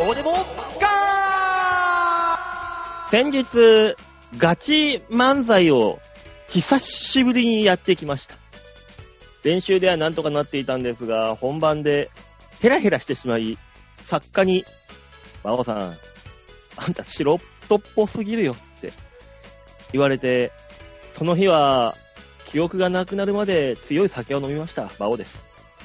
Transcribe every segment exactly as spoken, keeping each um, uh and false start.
どうでもガー。 先日ガチ漫才を久しぶりにやってきました。練習ではなんとかなっていたんですが、本番でヘラヘラしてしまい、作家に馬王さん、あんた素人っぽすぎるよって言われて、その日は記憶がなくなるまで強い酒を飲みました。馬王です。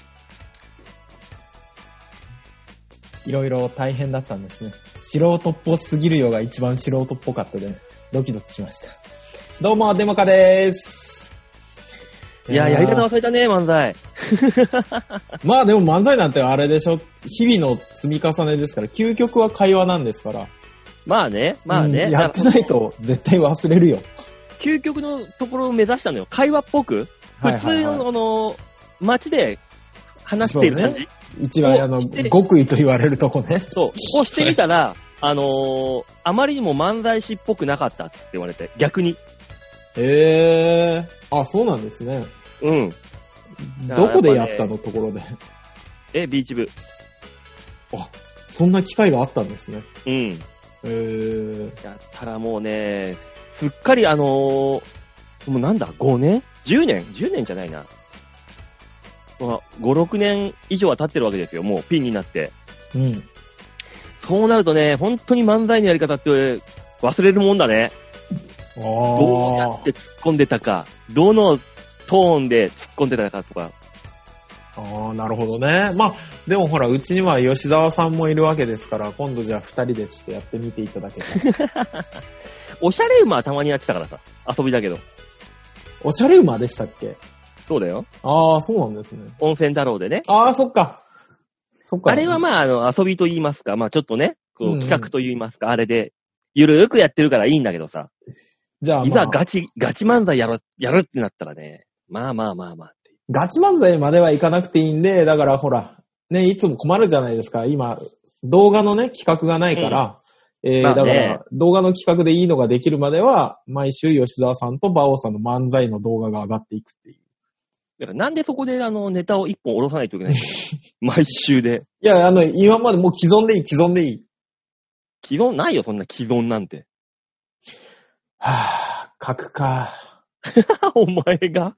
いろいろ大変だったんですね。素人っぽすぎるよが一番素人っぽかったで、ドキドキしました。どうも、デモカでーす。 いやー、やり方忘れたね、漫才。 まあでも漫才なんてあれでしょ、日々の積み重ねですから、究極は会話なんですから。 まあね、まあね。 うん、やってないと絶対忘れるよ。 究極のところを目指したのよ。会話っぽく、 はいはいはい、 普通の、あの、街で話している感じ。 一番あの、極意と言われるとこね。 そう。をしてみたら、あのー、あまりにも漫才師っぽくなかったって言われて、逆に。 へー。あ、そうなんですね。 うん。 どこでやったの、ところで。 え、ビーチ部。 あ、そんな機会があったんですね。 うん。 へー。 やったらもうね、すっかりあのー、もうなんだ、ごねん ?じゅう 年 ?じゅう 年じゃないな。ご、ろくねん以上は経ってるわけですよ、もうピンになって。 うん。 そうなるとね、本当に漫才のやり方って忘れるもんだね。 あー。 どうやって突っ込んでたか、どのトーンで突っ込んでたかとか。 ああ、なるほどね。まあ、でもほら、うちには吉沢さんもいるわけですから、今度じゃあ二人でちょっとやってみていただけたら。 おしゃれ馬はたまにやってたからさ、遊びだけど。 おしゃれ馬でしたっけ？ そうだよ。 ああ、そうなんですね。 温泉太郎でね。 ああ、そっか。そっか。 あれはまあ、あの、遊びと言いますか、まあちょっとね、こう企画と言いますか、うんうん、あれで、ゆるーくやってるからいいんだけどさ。じゃあ、まあ、いざガチ、ガチ漫才やる、やるってなったらね、まあまあまあまあって。 ガチ漫才まではいかなくていいんで、だからほら、ね、いつも困るじゃないですか。今、動画のね、企画がないから、うん、えー、まあね、だから、動画の企画でいいのができるまでは、毎週吉沢さんと馬王さんの漫才の動画が上がっていくっていう。 だからなんでそこであの、ネタを一本下ろさないといけないの毎週で。 いや、あの、今までもう既存でいい、既存でいい。 既存ないよ、そんな既存なんて。 はぁ、書くか。 お前が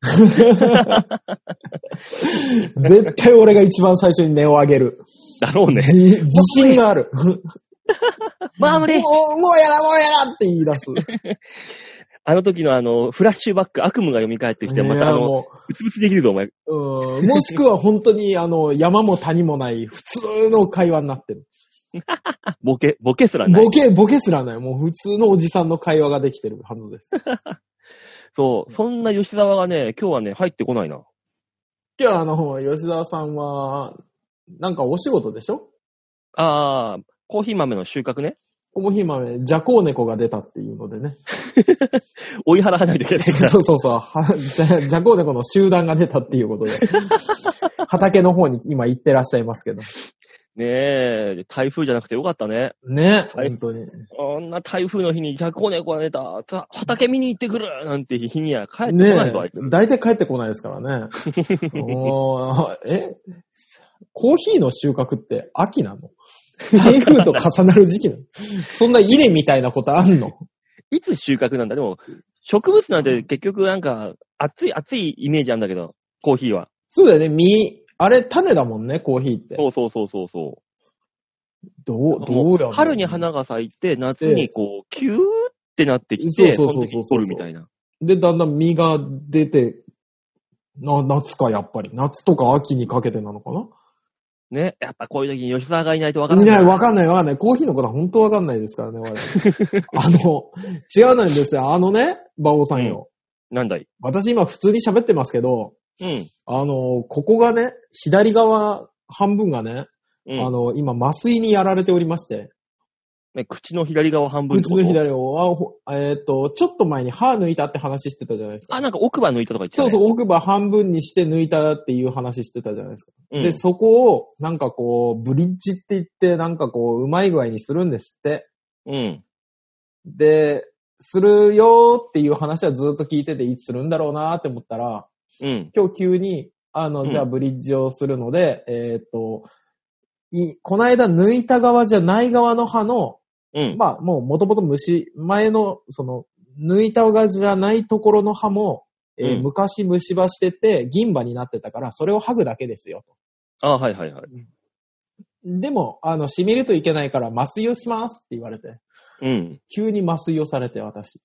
絶対俺が一番最初に値を上げる。 だろうね。 自信がある。 まあ無理。 もう、もうやら、もうやらって言い出す。 あの時のあの、フラッシュバック、悪夢が蘇ってきて、またあの、うつぶつできるぞ、お前。 うん。もしくは本当にあの、山も谷もない普通の会話になってる。 ボケ、ボケすらない。 ボケ、ボケすらない。もう普通のおじさんの会話ができてるはずです。 そう、そんな吉沢がね、今日はね、入ってこないな。 今日はあの、吉沢さんは、なんかお仕事でしょ？ ああ、コーヒー豆の収穫ね。 コーヒー豆、ジャコウネコが出たっていうのでね。 追い払わないといけないから。 そうそうそう。ジャ、ジャコウネコの集団が出たっていうことで。畑の方に今行ってらっしゃいますけど。 ねえ、台風じゃなくてよかったね。 ねえ、本当に。 あんな台風の日にジャコウネコが出た、畑見に行ってくるなんて日には帰ってこないと、 ねえ、大体帰ってこないですからね。おー、えコーヒーの収穫って秋なの？台風と重なる時期なの？そんな稲みたいなことあんの？ いつ収穫なんだ？でも、植物なんて結局なんか、熱い、熱いイメージあるんだけど、コーヒーは。 そうだよね、実。あれ、種だもんね、コーヒーって。 そうそうそうそうそう。 どう、どうやるの？ 春に花が咲いて、夏にこう、キューってなってきて、 そうそうそうそうそう。 取るみたいな。 で、だんだん実が出て、な、夏か、やっぱり。夏とか秋にかけてなのかな？ ね、やっぱこういう時に吉沢がいないとわからない。 いない、わかんないわかんない。コーヒーのことは本当わかんないですからね、我々。あの、違うんですよ。あのね、馬王さんよ。 うん、なんだい？ 私今普通に喋ってますけど、 うん。 あの、ここがね、左側半分がね、うん、あの、今麻酔にやられておりまして。 ね、口の左側半分ってこと？ 口の左側、えっと、ちょっと前に歯抜いたって話してたじゃないですか。 あ、なんか奥歯抜いたとか言ってたね。 そうそう、奥歯半分にして抜いたっていう話してたじゃないですか。うん、で、そこを、なんかこう、ブリッジって言って、なんかこう、うまい具合にするんですって。 うん。 で、するよーっていう話はずっと聞いてて、いつするんだろうなーって思ったら、 うん。 今日急に、あの、じゃあブリッジをするので、うん、えっと、 い、この間抜いた側じゃない側の歯の、 うん。 まあ、もう元々虫、前の、その、抜いた側じゃないところの歯も、えーうん、 昔虫歯してて、銀歯になってたから、それを剥ぐだけですよ。 ああ、はいはいはい。 でも、あの、染みるといけないから、麻酔をしますって言われて。 うん。 急に麻酔をされて、私。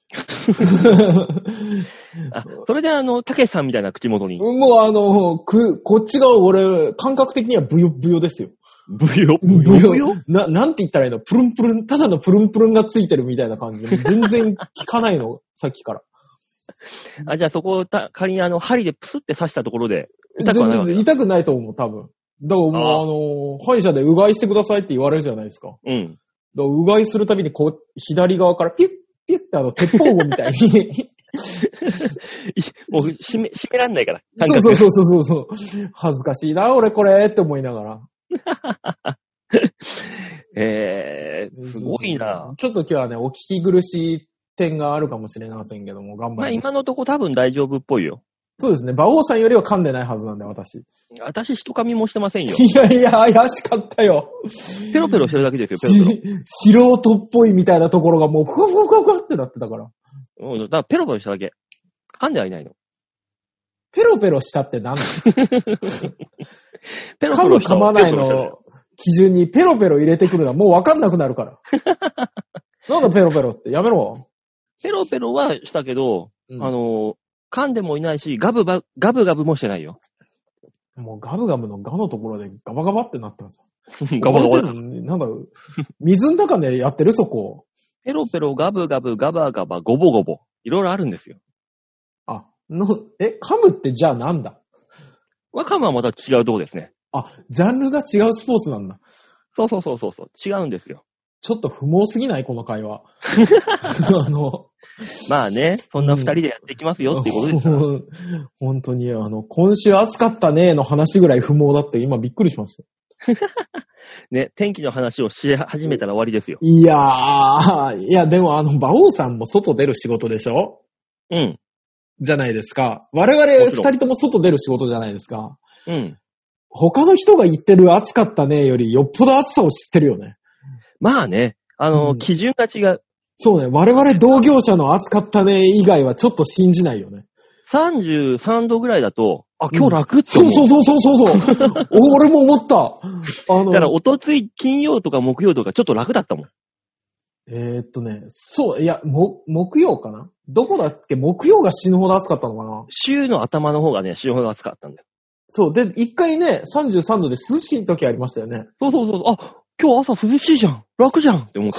あ、それであの、たけしさんみたいな口元に。 もうあの、く、こっちが俺、感覚的にはブヨブヨですよ。 ブヨブヨブヨな、なんて言ったらいいの？プルンプルン、ただのプルンプルンがついてるみたいな感じで、全然効かないの、さっきから。 あ、じゃあそこをた仮にあの、針でプスって刺したところで、痛くはないわけだ。 痛くないと思う、多分。だからもうあ, あの、歯医者でうがいしてくださいって言われるじゃないですか。 うん。 だからうがいするたびにこう、左側からピュッピュッってあの、鉄砲棒みたいに。 もう、閉め、閉めらんないから。 そうそうそうそうそう。恥ずかしいな、俺これって思いながら。 えー、すごいな。 ちょっと今日はね、お聞き苦しい点があるかもしれませんけども、頑張ります。 まあ今のとこ多分大丈夫っぽいよ。 そうですね。馬王さんよりは噛んでないはずなんで、私。 私、一噛みもしてませんよ。 いやいや、怪しかったよ。 ペロペロしてるだけですよ、ペロペロ。 素人っぽいみたいなところがもう、ふわふわふわふわってなってたから。 うん、だからペロペロしただけ。噛んではいないの。 ペロペロしたって何なの？ ペロペロ噛む噛まないの基準にペロペロ入れてくるのはもうわかんなくなるから。なんだペロペロってやめろ。 ペロペロはしたけど、うん、あの、噛んでもいないし、ガブバ、ガブガブもしてないよ。 もうガブガブのガのところでガバガバってなってます。 ガバガバ。 なんか、水の中でやってるそこ。 ペロペロ、ガブガブ、ガバガバ、ゴボゴボ。いろいろあるんですよ。 あ、の、え、噛むってじゃあなんだ？ ワカムはまた違うとこですね。 あ、ジャンルが違うスポーツなんだ。 そうそうそうそうそう。違うんですよ。 ちょっと不毛すぎないこの会話。あの、 まあね、そんな二人でやっていきますよっていうことですから、うん、 本当に、あの、今週暑かったねの話ぐらい不毛だって今びっくりしました。 ね、天気の話をし始めたら終わりですよ。 いやー、いやでもあの、馬王さんも外出る仕事でしょ？ うん。 じゃないですか。我々二人とも外出る仕事じゃないですか。 うん。 他の人が言ってる暑かったねよりよっぽど暑さを知ってるよね。 まあね、あの、うん、基準が違う。 そうね、我々同業者の暑かったね以外はちょっと信じないよね。 さんじゅうさんどぐらいだと、あ、今日楽って思う、うん、 そうそうそうそうそうそう。俺も思った。 あの、だから、おとつい金曜とか木曜とかちょっと楽だったもん。 えー、っとね、そう、いや、も、木曜かな？どこだっけ？木曜が死ぬほど暑かったのかな？ 週の頭の方がね、死ぬほど暑かったんだよ。 そう。で、一回ね、さんじゅうさんどで涼しい時ありましたよね。 そうそうそう。あ、今日朝涼しいじゃん。楽じゃんって思った。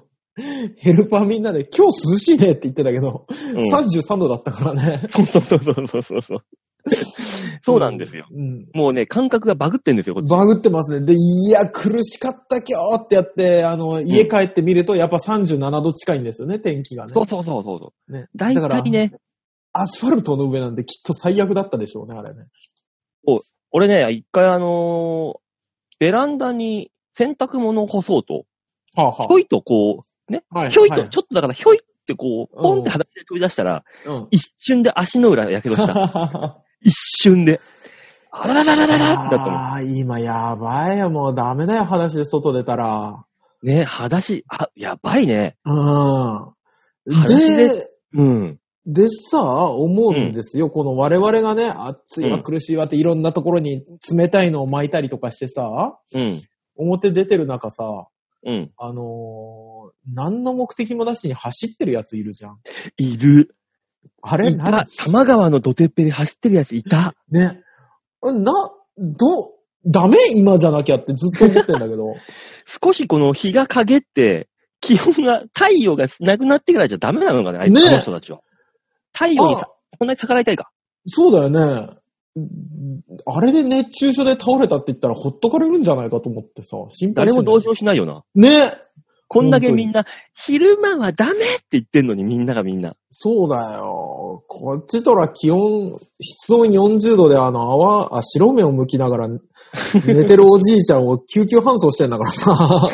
ヘルパーみんなで、今日涼しいねって言ってたけど、うん、さんじゅうさんどだったからね。 そうそうそうそうそうそう。そうなんですよ、うん。もうね、感覚がバグってんですよ、こっち。 バグってますね。で、いや、苦しかった今日ってやって、あの、家帰ってみると、やっぱさんじゅうななど近いんですよね、天気がね。 そうそうそうそう。ね。大体ね。 アスファルトの上なんできっと最悪だったでしょうね、あれね。 お、俺ね、一回あのー、ベランダに洗濯物を干そうと、はあはあ、ひょいとこう、ね、はい、ひょいと、はい、ちょっとだからひょいってこう、ポンって裸で飛び出したら、うん、一瞬で足の裏やけどした。一瞬で。あららららららってだったの。 ああ、今やばいよ、もうダメだよ、裸足で外出たら。 ね、裸足、あ、やばいね。 うん。で、うん。でさ、思うんですよ。うん、この我々がね、暑いわ、苦しいわっていろんなところに冷たいのを巻いたりとかしてさ、うん、表出てる中さ、うん、あのー、何の目的もなしに走ってるやついるじゃん。 いる。 あれいた。多摩川の土手っぺで走ってるやついた。 ね。な、ど、ダメ今じゃなきゃってずっと思ってんだけど。 少しこの日が陰って、気温が、太陽がなくなってからじゃダメなのかね、あいつの人たちは。太陽にさ、こんなに逆らいたいか。 そうだよね。あれで熱中症で倒れたって言ったらほっとかれるんじゃないかと思ってさ、心配して。 誰も同情しないよな。 ね。 こんだけみんな、昼間はダメって言ってんのにみんながみんな。 そうだよ。こっちとら気温、室温よんじゅうどであの泡、あ、白目を向きながら寝てるおじいちゃんを救急搬送してんだからさ。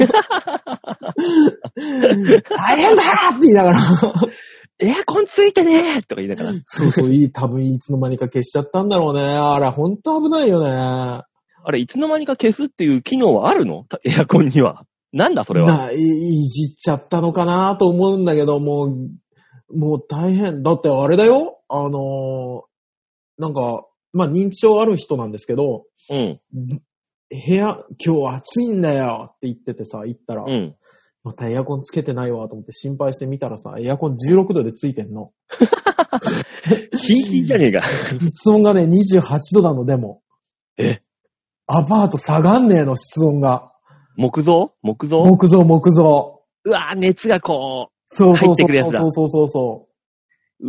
大変だーって言いながら。 エアコンついてねーとか言いながら。 そうそう、いい、多分いつの間にか消しちゃったんだろうね。あれ、ほんと危ないよね。 ああれ、いつの間にか消すっていう機能はあるの？エアコンには。なんだそれは。 な、い、いじっちゃったのかなと思うんだけど、もう、もう大変。だってあれだよ。あのー、なんか、まあ認知症ある人なんですけど、 うん。 部屋、今日暑いんだよって言っててさ、行ったら、 うん。 またエアコンつけてないわと思って心配してみたらさ、エアコンじゅうろくどでついてんの。 キンキンじゃねえか。 室温がね、にじゅうはちどなの、でも。 え？ アパート下がんねえの、室温が。 木造木造木造、木造。 うわぁ、熱がこう、 そうそうそう入ってくるやつだ。 そうそうそうそう。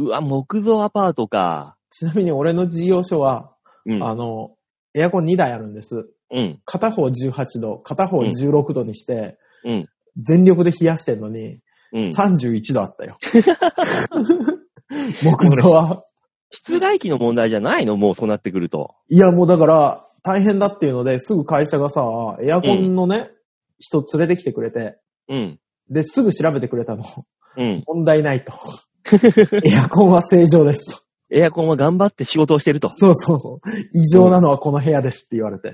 うわ、木造アパートか。 ちなみに俺の事業所は、 うん。 あの、エアコンにだいあるんです。 うん。 片方じゅうはちど、片方じゅうろくどにして、 うん。 全力で冷やしてんのに、 うん。 さんじゅういちどあったよ。木造は。 室外機の問題じゃないの？もうそうなってくると。 いや、もうだから、大変だっていうので、すぐ会社がさ、エアコンのね、うん、人連れてきてくれて、 うん。 で、すぐ調べてくれたの。 うん。 問題ないと。エアコンは正常ですと。 エアコンは頑張って仕事をしてると。 そうそうそう。異常なのはこの部屋ですって言われて。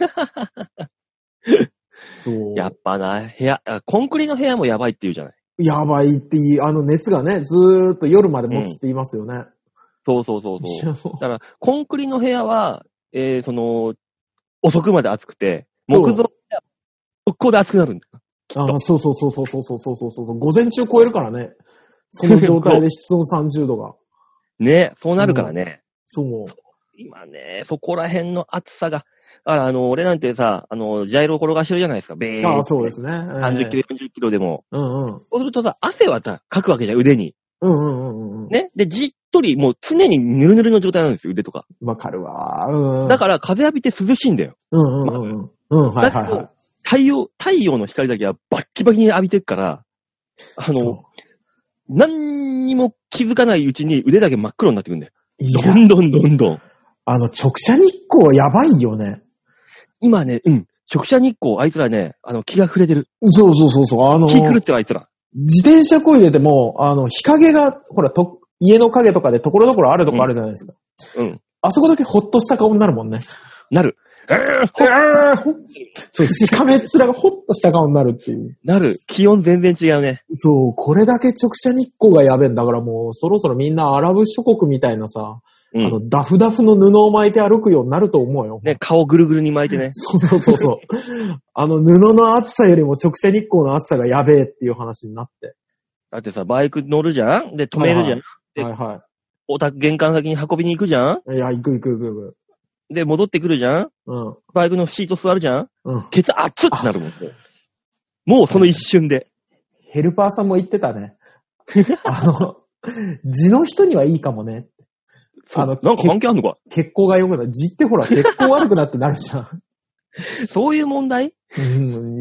そう。やっぱな、部屋、コンクリの部屋もやばいって言うじゃない。 やばいって言い、あの熱がね、ずーっと夜まで持つって言いますよね。うん、 そうそうそうそう。だから、コンクリの部屋は、えー、その、遅くまで暑くて、木造の部屋は、速攻で暑くなるんだよ。 ああ、そうそうそうそうそうそうそうそう。午前中超えるからね。その状態で室温さんじゅうどが。 ね、そうなるからね。うん、 そう。 今ね、そこら辺の暑さが、あ, あの、俺なんてさ、あの、ジャイロ転がしてるじゃないですか、ベーン。 ああ、そうですね。えー、さんじゅっキロ、よんじゅっキロでも。 うんうん。 そうするとさ、汗はさ、かくわけじゃん、腕に。 うんうんうんうん。 ね。で、じっとり、もう常にヌルヌルの状態なんですよ、腕とか。 わかるわ。うん、うん。 だから、風浴びて涼しいんだよ。 うんうんうん。うん、うん、はいはいはい。 太陽、太陽の光だけはバッキバキに浴びてるから、あの、何にも気づかないうちに腕だけ真っ黒になってくるんだよ。どんどんどんどん。 あの、直射日光やばいよね。 今ね、うん。直射日光、あいつらね、あの、気が触れてる。 そうそうそうそう。あのー、 気狂ってるあいつら。 自転車こいでても、あの、日陰が、ほら、と、家の影とかでところどころあるとこあるじゃないですか。うん。うん、あそこだけほっとした顔になるもんね。 なる。 えー、ほえー、ほそう、しかめっ面がほっとした顔になるっていう。 なる。気温全然違うね。 そう、これだけ直射日光がやべえんだからもう、そろそろみんなアラブ諸国みたいなさ、うん、あの、ダフダフの布を巻いて歩くようになると思うよ。 ね、顔ぐるぐるに巻いてね。 そうそうそうそう。あの、布の厚さよりも直射日光の厚さがやべえっていう話になって。 だってさ、バイク乗るじゃんで、止めるじゃん、はいはい、はいはい。お宅玄関先に運びに行くじゃんいや、行く行く行く行く。 で、戻ってくるじゃんうん。バイクのシート座るじゃんうん。ケツ熱ってなるもん。もうその一瞬で。 ヘルパーさんも言ってたね。あの、地の人にはいいかもね。 あの、なんか関係あんのか血行が良くなる。地ってほら、血行悪くなってなるじゃん。 そういう問題うん、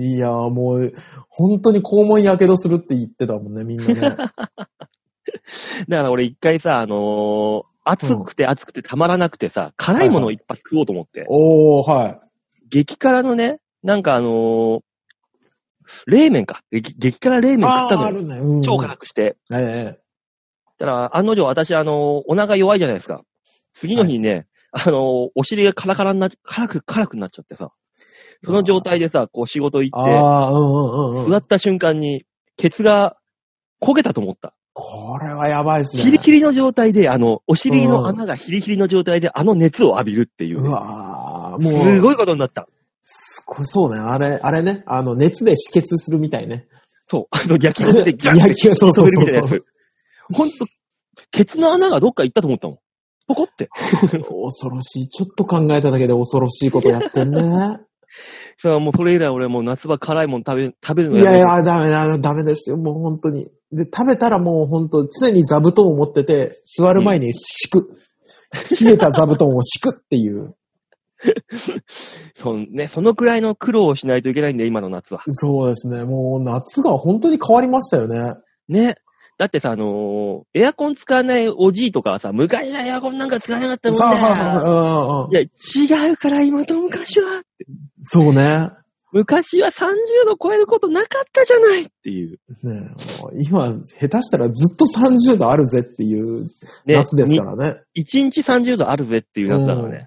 いや、もう、本当に肛門やけどするって言ってたもんね、みんなね。だから俺一回さ、あのー、暑くて暑くてたまらなくてさ、うん、辛いものを一発食おうと思って。はいはい、 おー、はい。 激辛のね、なんかあのー、冷麺か。激, 激辛冷麺食ったのよ。あるね。うん、超辛くして。ええ。だから、案の定私、あのー、お腹弱いじゃないですか。次の日にね、はい、あのー、お尻がカラカラになっ、辛く、辛くなっちゃってさ。その状態でさ、こう仕事行って、あ、うんうんうん、座った瞬間に、ケツが焦げたと思った。 これはやばいですね。 ヒリヒリの状態で、あの、お尻の穴がヒリヒリの状態で、あの熱を浴びるっていう、ね。うわぁ、もう。 すごいことになった。 すごい、そうね。あれ、あれね。あの、熱で止血するみたいね。 そう。あの、焼き肉でギャッて止めるみたいなやつ。ほんと、ケツの穴がどっか行ったと思ったもん。ポコって。 恐ろしい。ちょっと考えただけで恐ろしいことやってんね。 さあ、もうそれ以来俺もう夏場辛いもん食べ、食べるのやめて。いやいや、ダメだ、ダメですよ。もう本当に。で、食べたらもう本当、常に座布団を持ってて、座る前に敷く。うん、冷えた座布団を敷くっていう。 そね、そのくらいの苦労をしないといけないんだよ、今の夏は。 そうですね。もう夏が本当に変わりましたよね。 ね。だってさ、あのー、エアコン使わないおじいとかはさ、昔はエアコンなんか使わなかったもんね。 そうそうそう。うんうん。 いや、違うから今と昔はって。 そうね。 昔はさんじゅうど超えることなかったじゃないっていう。 ねえ、今、下手したらずっとさんじゅうどあるぜっていう夏ですからね。 いちにちさんじゅうどあるぜっていう夏だからね。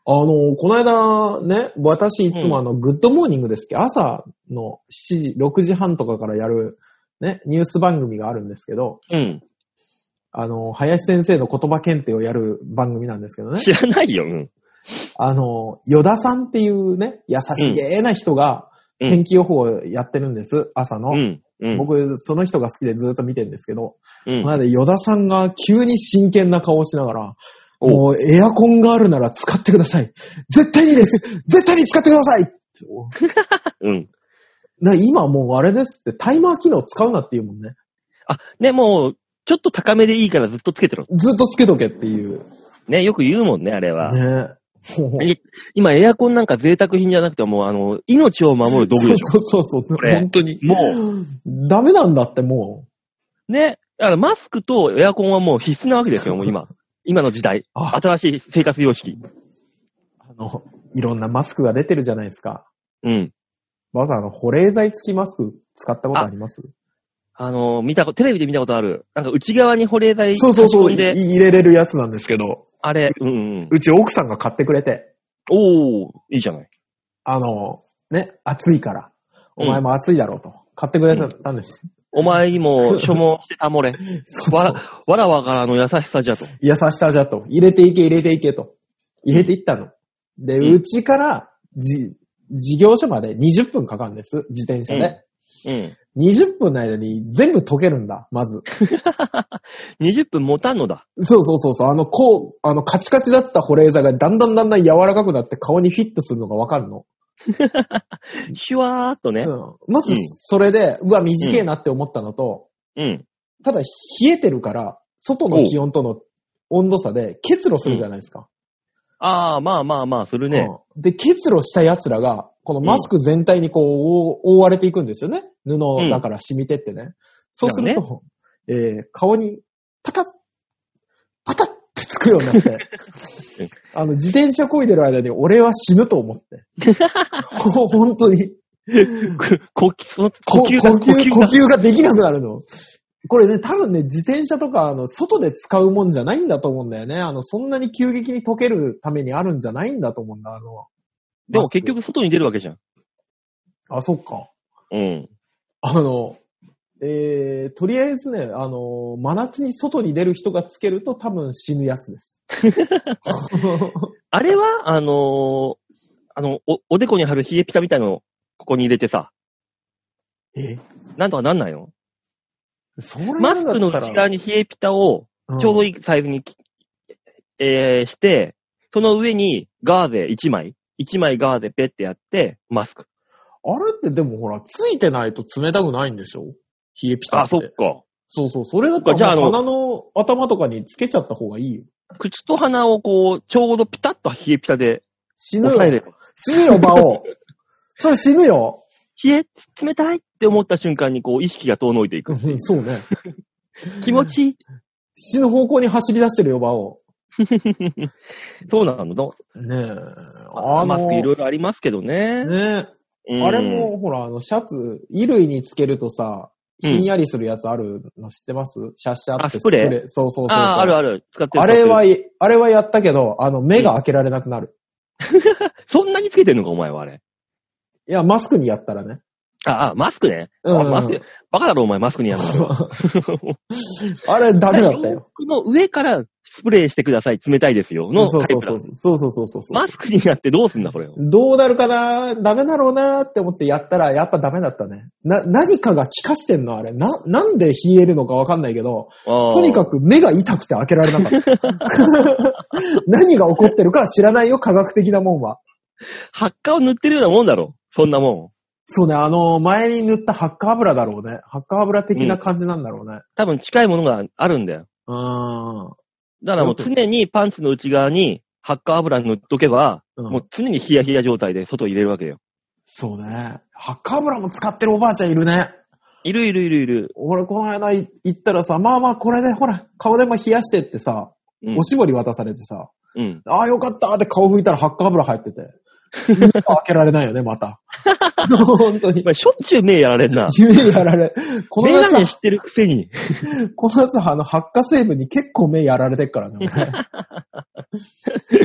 あの、この間ね、私いつもあの、うん、グッドモーニングですっけど、朝のしちじ、ろくじはんとかからやるね、ニュース番組があるんですけど、 うん。 あの、林先生の言葉検定をやる番組なんですけどね。 知らないよ、うん。 あの、与田さんっていうね、優しげな人が天気予報をやってるんです、朝の。うんうん、僕、その人が好きでずっと見てるんですけど、うん、この間、与田さんが急に真剣な顔をしながら、もうエアコンがあるなら使ってください。絶対にです絶対に使ってくださいうん。今もうあれですって、タイマー機能使うなって言うもんね。 あ、ね、もう、ちょっと高めでいいからずっとつけてろ。 ずっとつけとけっていう。 ね、よく言うもんね、あれは。 ね。 今、エアコンなんか贅沢品じゃなくてもう、あの、命を守る道具でしょ。 そうそうそうそう。本当に。もう、ダメなんだってもう。ね。だからマスクとエアコンはもう必須なわけですよ、もう今。今の時代。新しい生活様式。 あの、いろんなマスクが出てるじゃないですか。 うん。 まずあの、保冷剤付きマスク使ったことあります？ あの、見たこと、テレビで見たことある。なんか内側に保冷剤そうそうそう、入れれるやつなんですけど。 あれ、うんうん。 うち奥さんが買ってくれて。 おー、いいじゃない。 あの、ね、暑いから。お前も暑いだろうと。うん、買ってくれたんです。 うん、お前にも所望してたもれ。そうそう。わら、わらわからの優しさじゃと。 優しさじゃと。入れていけ、入れていけと。入れていったの。で、うちから、じ、事業所までにじゅっぷんかかるんです。自転車で。うん。うん、にじゅっぷんの間に全部溶けるんだ、まず。 にじゅっぷん持たんのだ。 そうそうそうそう。あの、こう、あの、カチカチだった保冷剤がだんだんだんだん柔らかくなって顔にフィットするのがわかるの。 シュワーっとね。 うん。まず、それで、うん、うわ、短いなって思ったのと、うん。ただ、冷えてるから、外の気温との温度差で結露するじゃないですか。うん、 ああ、まあまあまあ、するね。 うん、で、結露した奴らが、このマスク全体にこう、覆われていくんですよね。布だから染みてってね。うん、そうすると、ね、えー、顔にパタッ、パタッってつくようになって、あの、自転車漕いでる間に俺は死ぬと思って。本当に。 呼吸が、 呼吸が、呼吸ができなくなるの。これね、多分ね、自転車とか、あの、外で使うもんじゃないんだと思うんだよね。あの、そんなに急激に溶けるためにあるんじゃないんだと思うんだ、あの。 でも結局外に出るわけじゃん。 あ、そっか。 うん。 あの、えー、とりあえずね、あの、真夏に外に出る人がつけると多分死ぬやつです。 あれは、あのー、あのお、おでこに貼る冷えピタみたいのをここに入れてさ。 えなんとかなんないの？ それマスクの内側に冷えピタをちょうどいいサイズに、うん、えー、して、その上にガーゼいちまい、いちまいガーゼペッてやって、マスク。 あれってでもほら、ついてないと冷たくないんでしょ？冷えピタって。 あ、そっか。 そうそう、それだったら、じゃあ、鼻の頭とかにつけちゃった方がいいよ。 口と鼻をこう、ちょうどピタッと冷えピタで。 死ぬよ。死ぬよ、馬王。それ死ぬよ。 冷え、冷たいって思った瞬間にこう、意識が遠のいていく。 そうね。 気持ちいい。 死ぬ方向に走り出してるよ、馬王。 そうなの？ねえ。 あマスクいろいろありますけどね。 ねえ。うん、あれも、ほら、あの、シャツ、衣類につけるとさ、ひんやりするやつあるの知ってます？シャッシャってスプレー。スプレー。 そうそうそうそう。 ああ、あるある。使ってる。 あれは、あれはやったけど、あの、目が開けられなくなる。 うん、そんなにつけてんのか、お前はあれ。 いや、マスクにやったらね。 ああ、マスクね。うん、うん、マスク。バカだろ、お前、マスクにやるの。 あれ、ダメだったよ。 洋服の上からスプレーしてください、冷たいですよ。のタイプだ。 そうそうそう。そうそうそうそう。 マスクになってどうすんだ、これ。 どうなるかな？ダメだろうなーって思ってやったら、やっぱダメだったね。な、何かが効かしてんのあれ。な、なんで冷えるのかわかんないけど、とにかく目が痛くて開けられなかった。何が起こってるか知らないよ、科学的なもんは。 発火を塗ってるようなもんだろ。そんなもん。 そうね、あの、前に塗った発火油だろうね。発火油的な感じなんだろうね。うん、 多分近いものがあるんだよ。 うーん。 だからもう常にパンツの内側に発火油塗っとけば、うん、もう常にヒヤヒヤ状態で外入れるわけよ。 そうね。発火油も使ってるおばあちゃんいるね。 いるいるいるいる。 俺この間行ったらさ、まあまあこれでほら、顔でも冷やしてってさ、うん、おしぼり渡されてさ、うん、ああよかったって顔拭いたら発火油入ってて。開けられないよね、また。本当に。 まあ、しょっちゅう目やられんな。 目やられ。この夏は知ってるくせに。 この夏はあの発火成分に結構目やられてっからね。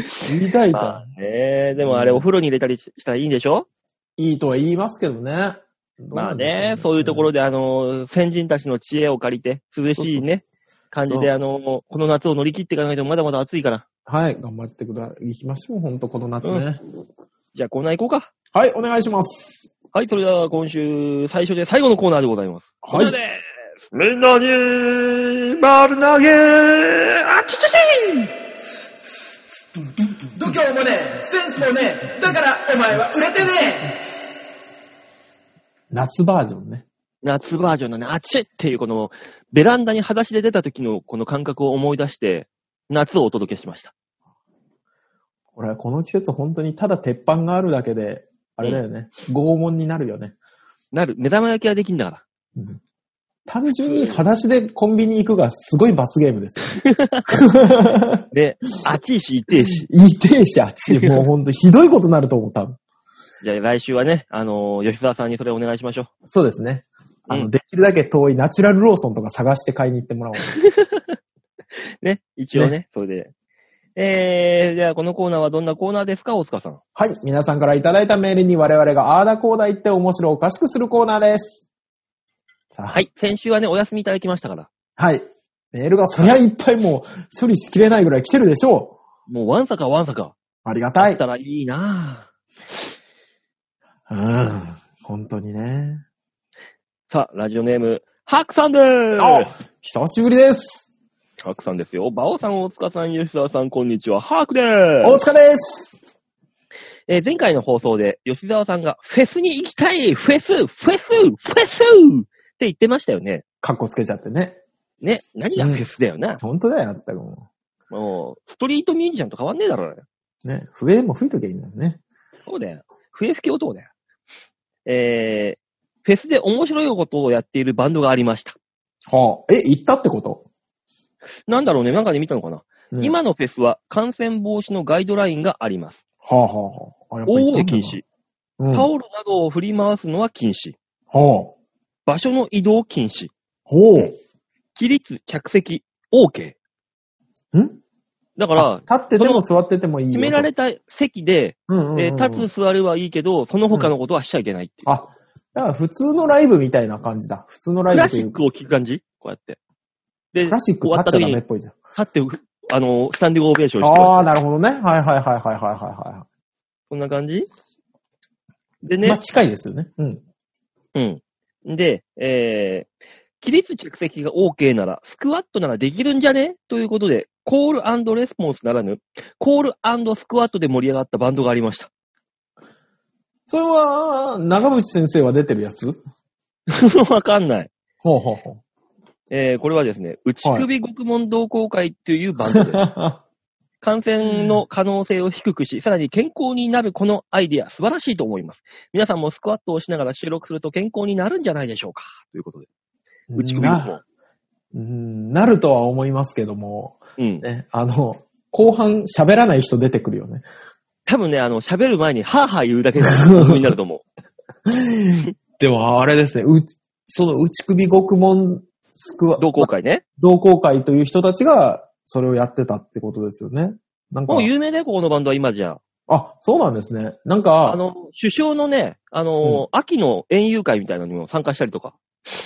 言いたいと。 まあね、でもあれお風呂に入れたりしたらいいんでしょ？ いいとは言いますけどね。 まあね、そういうところであの、先人たちの知恵を借りて、涼しいね、そうそうそう感じであの、この夏を乗り切っていかないとまだまだ暑いから。 はい、頑張ってください。行きましょう、ほんと、この夏ね。うん、 じゃあコーナー行こうか。 はい、お願いします。 はい、それでは今週最初で最後のコーナーでございます。 はい。 こちらです。みんなに、丸投げあちちち度胸もねえ、センスもねえ、だからお前は売れてねえ。 夏バージョンね。 夏バージョンのね、あちっていうこの、ベランダに裸足で出た時のこの感覚を思い出して、夏をお届けしました。 これ、この季節本当にただ鉄板があるだけで、あれだよね、うん、拷問になるよね。 なる。目玉焼きはできんだから。 うん、単純に裸足でコンビニ行くがすごい罰ゲームですよね。 で、暑いし、痛いし。 痛いし、暑い。もうほんとひどいことになると思う、多分。 じゃあ来週はね、あのー、吉沢さんにそれお願いしましょう。 そうですね。あの、うん、できるだけ遠いナチュラルローソンとか探して買いに行ってもらおう。 ね、一応ね、ねそれで。えー、じゃあこのコーナーはどんなコーナーですか、大塚さん。 はい、皆さんからいただいたメールに我々があーだこーだ言って面白おかしくするコーナーです。 さあはい、先週はね、お休みいただきましたから。 はい。メールがそりゃいっぱいもう処理しきれないぐらい来てるでしょう。もうわんさかわんさか。 ありがたい。 だったらいいなぁ。 うん、本当にね。 さあ、ラジオネーム、ハクさんでーす。 あ、久しぶりです。 ハクさんですよ。バオさん、大塚さん、吉沢さん、こんにちは。ハクでーす。 大塚です。 えー、前回の放送で、吉沢さんが、フェスに行きたいフェスフェスフェスって言ってましたよね。 カッコつけちゃってね。 ね、何がフェスだよな。うん、 本当だよ、あったかも。 もう、ストリートミュージシャンと変わんねえだろ。 ね、笛も吹いときゃいいんだよね。 そうだよ。笛吹き男だよ。えー、フェスで面白いことをやっているバンドがありました。 はあ、え、行ったってこと？ なんだろうね、なんかで見たのかな、ね、今のフェスは感染防止のガイドラインがあります。 はあはあはあ。あ、 大声禁止、うん。タオルなどを振り回すのは禁止。はあ、場所の移動禁止。 ほう。 起立、客席、OK。んだから、 立ってても座っててもいいよ。 決められた席で、うんうんうん、えー、立つ座るはいいけど、その他のことはしちゃいけないっていう。 うん、あ、だから普通のライブみたいな感じだ。普通のライブ。 クラシックを聴く感じこうやって。で、 クラシック終わった時に、立って、あの、スタンディングオベーションして。 ああ、なるほどね。はいはいはいはいはいはい。 こんな感じでね。 まあ、近いですよね。うん。 うん。で、えー、起立着席が OK なら、スクワットならできるんじゃねということで、コール&レスポンスならぬ、コール&スクワットで盛り上がったバンドがありました。 それは、長渕先生は出てるやつ？ わかんない。 ほうほうほう。 えー、これはですね、内首獄門同好会というバンドです。はい、感染の可能性を低くし、さらに健康になるこのアイディア、素晴らしいと思います。皆さんもスクワットをしながら収録すると健康になるんじゃないでしょうか。ということで。内首獄門。 うん、なるとは思いますけども、 うん。 ね、あの、後半喋らない人出てくるよね。 多分ね、あの、喋る前にハーハー言うだけで番組になると思う。 でも、あれですね、う、その内首獄門スクワ同好会ね。 同好会という人たちが、それをやってたってことですよね。なんか。 もう有名だよ、このバンドは今じゃ。 あ、そうなんですね。なんか。 あの、首相のね、あの、うん、秋の園遊会みたいなのにも参加したりとか。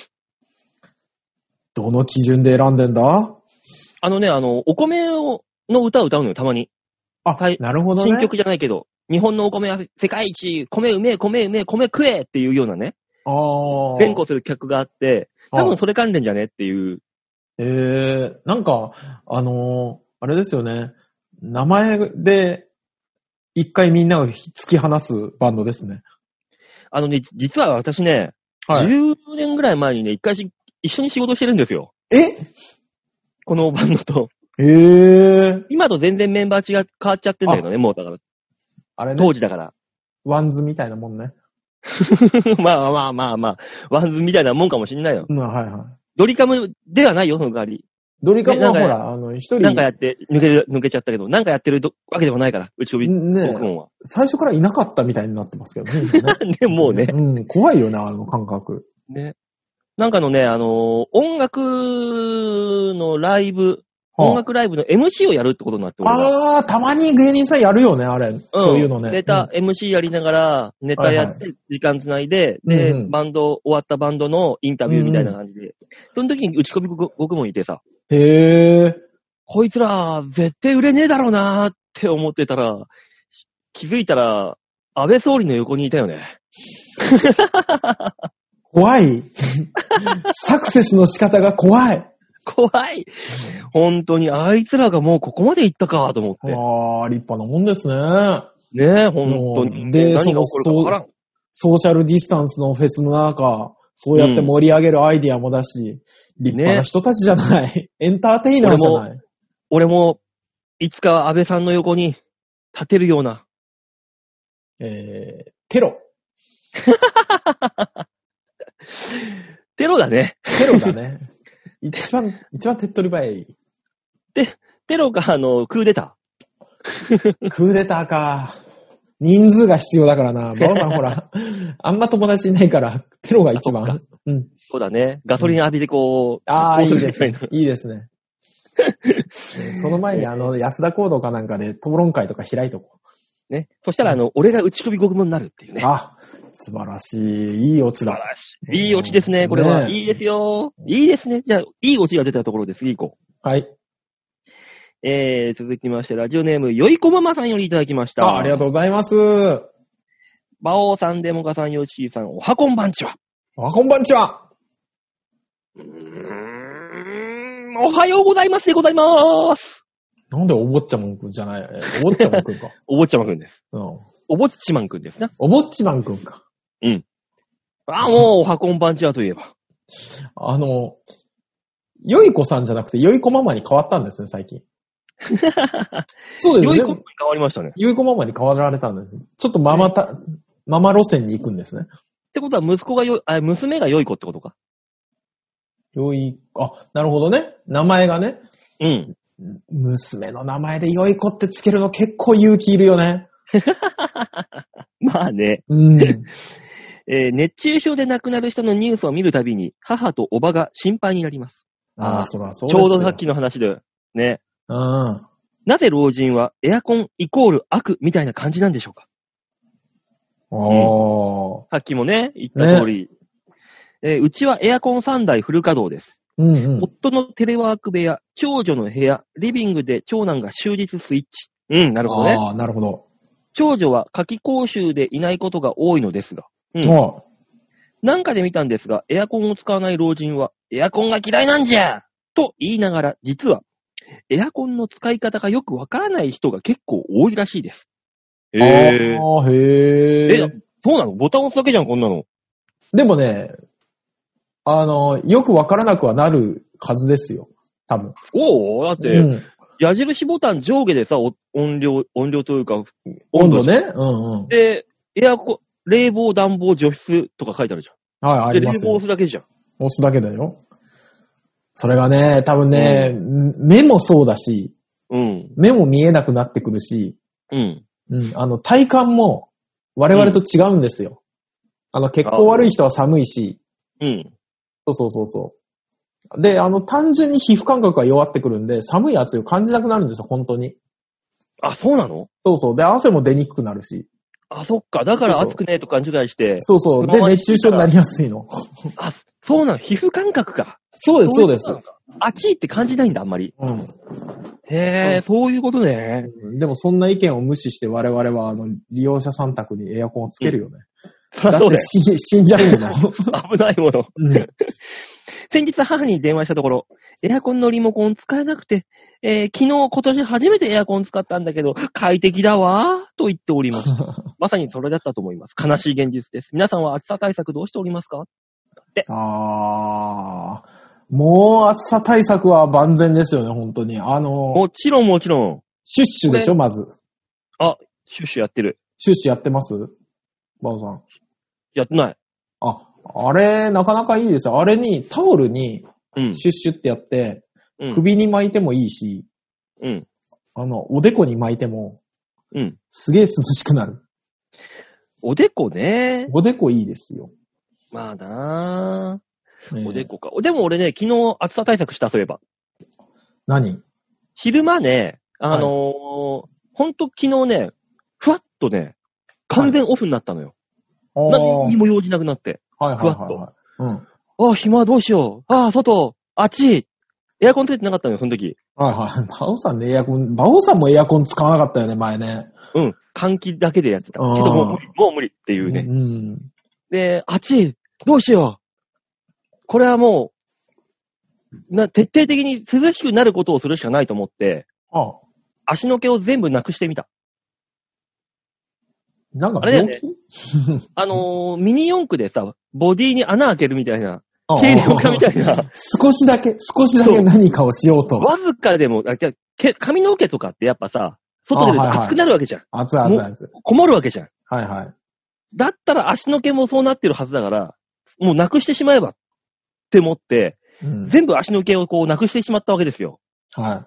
どの基準で選んでんだ？ あのね、あの、お米をの歌を歌うのよ、たまに。 あ、なるほどね。 新曲じゃないけど、日本のお米は世界一、米うめえ、米うめえ、米食えっていうようなね。 ああ。 連呼する曲があって、多分それ関連じゃねっていう。 ええー、なんか、あのー、あれですよね。名前で、一回みんなを突き放すバンドですね。 あのね、実は私ね、はい、じゅうねんぐらい前にね、一回し一緒に仕事してるんですよ。 え？ このバンドと。 ええー。 今と全然メンバー違う変わっちゃってんだけどね、もうだから。 あれね。 当時だから。 ワンズみたいなもんね。 まあまあまあまあ、ワンズみたいなもんかもしんないよ。 うん、はいはい。 ドリカムではないよ、その代わり。 ドリカムはほら、あの、一人。 なんかやって抜け、抜けちゃったけど、なんかやってるわけでもないから、うちのビッグンは。 最初からいなかったみたいになってますけどね。 ね、もうね。 うん、怖いよね、あの感覚。 ね。なんかのね、あのー、音楽のライブ音楽ライブの エムシー をやるってことになっております。 ああ、たまに芸人さんやるよね、あれ。うん、そういうのね。 ネタ、うん、エムシー やりながら、ネタやって、時間つないで、はいはい、で、うんうん、バンド、終わったバンドのインタビューみたいな感じで。うんうん、その時に打ち込み僕もいてさ。 へー。 こいつら、絶対売れねえだろうなーって思ってたら、気づいたら、安倍総理の横にいたよね。 怖い。サクセスの仕方が怖い。 怖い。本当に、あいつらがもうここまで行ったかと思って。 ああ、立派なもんですね。 ねえ、本当に。 で、何が起こるかわからん。ソーシャルディスタンスのフェスの中、そうやって盛り上げるアイディアもだし、うん、立派な人たちじゃない。ね、エンターテイナーじゃない。 俺も、俺もいつか安倍さんの横に立てるような。 えー、テロ。 テロだね。 テロだね。一番、一番手っ取り早い。 で、テロか、あの、クーデター。クーデターか。人数が必要だからな。バオさんほら、あんま友達いないから、テロが一番。 うん。そうだね。ガソリン浴びてこう。 うん、ああ、いいですね。いいですね。その前に、あの、安田講堂かなんかで討論会とか開いとこう。ね。そしたら、あの、うん、俺が打ち首ごくもになるっていうね。 あ、素晴らしい。いいオチだ。 素晴らしい。いいオチですね、これは。ね、いいですよ。いいですね。じゃあ、いいオチが出たところで次行こう。はい。 えー、続きまして、ラジオネーム、よいこママさんよりいただきました。 あ、ありがとうございます。 バオさん、デモカさん、ヨッシーさん、おはこんばんちは。 おはこんばんちは。 うーん、おはようございますでございまーす。 なんでお坊ちゃまんくんじゃないお坊ちゃまんくんか。 お坊ちゃまくんです。 うん。 お坊ちまんくんですな。 お坊ちまんくんか。 うん。あ、もう、おはこんばんちはといえば。 あの、よいこさんじゃなくて、よいこママに変わったんですね、最近。そうですね。 よいこママに変わりましたね。 よいこママに変わられたんです。ちょっとママた、うん、ママ路線に行くんですね。 ってことは、息子がよ、あ、娘がよいこってことか。 よい、あ、なるほどね。名前がね。 うん。 娘の名前でよいこってつけるの結構勇気いるよね。 まあね。 うん。 えー、熱中症で亡くなる人のニュースを見るたびに、母とおばが心配になります。 ああ、そらそうですよ。 ちょうどさっきの話で、ね。 うん。 なぜ老人はエアコンイコール悪みたいな感じなんでしょうか。 ああ、 うん、さっきもね、言った通り、ねえー。うちはエアコンさんだいフル稼働です。 うんうん、 夫のテレワーク部屋、長女の部屋、リビングで長男が終日スイッチ。うん、なるほどね。 ああ、なるほど。 長女は夏季講習でいないことが多いのですが。うん。 ああ、 なんかで見たんですが、エアコンを使わない老人は、エアコンが嫌いなんじゃと言いながら、実は、エアコンの使い方がよくわからない人が結構多いらしいです。 へぇー。ああ、へぇー。 え、そうなの？ボタン押すだけじゃん、こんなの。 でもね、あの、よくわからなくはなるはずですよ。多分。 おお、だって、うん、矢印ボタン上下でさ、音量、音量というか、 温度ね。うんうん。 で、エアコン、冷房、暖房、除湿とか書いてあるじゃん。 はい、ありますよ。 で、冷房押すだけじゃん。 押すだけだよ。それがね、多分ね、うん、目もそうだし、 うん。 目も見えなくなってくるし、 うん。 うん。あの、体感も我々と違うんですよ。うん、あの、血行悪い人は寒いし、 うん。 そうそうそうそう。で、あの、単純に皮膚感覚が弱ってくるんで、寒い暑いを感じなくなるんですよ、本当に。 あ、そうなの？ そうそう。で、汗も出にくくなるし。 あ、そっか。だから暑くねえと勘違いして。 そうそう。で、熱中症になりやすいの。 あ、そうなの。皮膚感覚か。 そうです、そうです。 暑いって感じないんだ、あんまり。 うん。 へえ、そういうことね。 でもそんな意見を無視して我々は、あの、利用者さん宅にエアコンをつけるよね。 うん、 だって死, 死んじゃうもの。 危ないもの。うん、先日母に電話したところ、エアコンのリモコン使えなくて、えー、昨日今年初めてエアコン使ったんだけど、快適だわーと言っております。まさにそれだったと思います。悲しい現実です。皆さんは暑さ対策どうしておりますか？って。 あー、もう暑さ対策は万全ですよね、本当に。あのー、 もちろんもちろん。 シュッシュでしょ、まず。 あ、シュッシュやってる。 シュッシュやってます？バオさん。 やってない。 あ、あれ、なかなかいいですよ。あれに、タオルに、シュッシュってやって、うん、首に巻いてもいいし、 うん。 あの、おでこに巻いても、 うん。 すげえ涼しくなる。 おでこね。 おでこいいですよ。 まあなぁ、ね。おでこか。でも俺ね、昨日暑さ対策した、そういえば。 何？ 昼間ね、あのー、はい、ほんと昨日ね、ふわっとね、完全オフになったのよ。はい、何にも用事なくなって。はいはいはいはい、ふわっと。うん。あ、暇どうしよう。あ、外、あっち。エアコンついてなかったのよ、その時。 はいはい。バオさんね、エアコン、バオさんもエアコン使わなかったよね、前ね。 うん。換気だけでやってた。けどもう無理、もう無理っていうね。うん。で、あっち、どうしよう。これはもう、な、徹底的に涼しくなることをするしかないと思って、ああ、足の毛を全部なくしてみた。 なんか、あれだよね。 あのー、ミニ四駆でさ、ボディに穴開けるみたいな、軽量化みたいな。 少しだけ、少しだけ何かをしようと。 わずかでも、髪の毛とかってやっぱさ、外で熱くなるわけじゃん。 熱い熱い熱い。 こもるわけじゃん。 はいはい。 だったら足の毛もそうなってるはずだから、もうなくしてしまえばって思って、うん、全部足の毛をこうなくしてしまったわけですよ。 はい。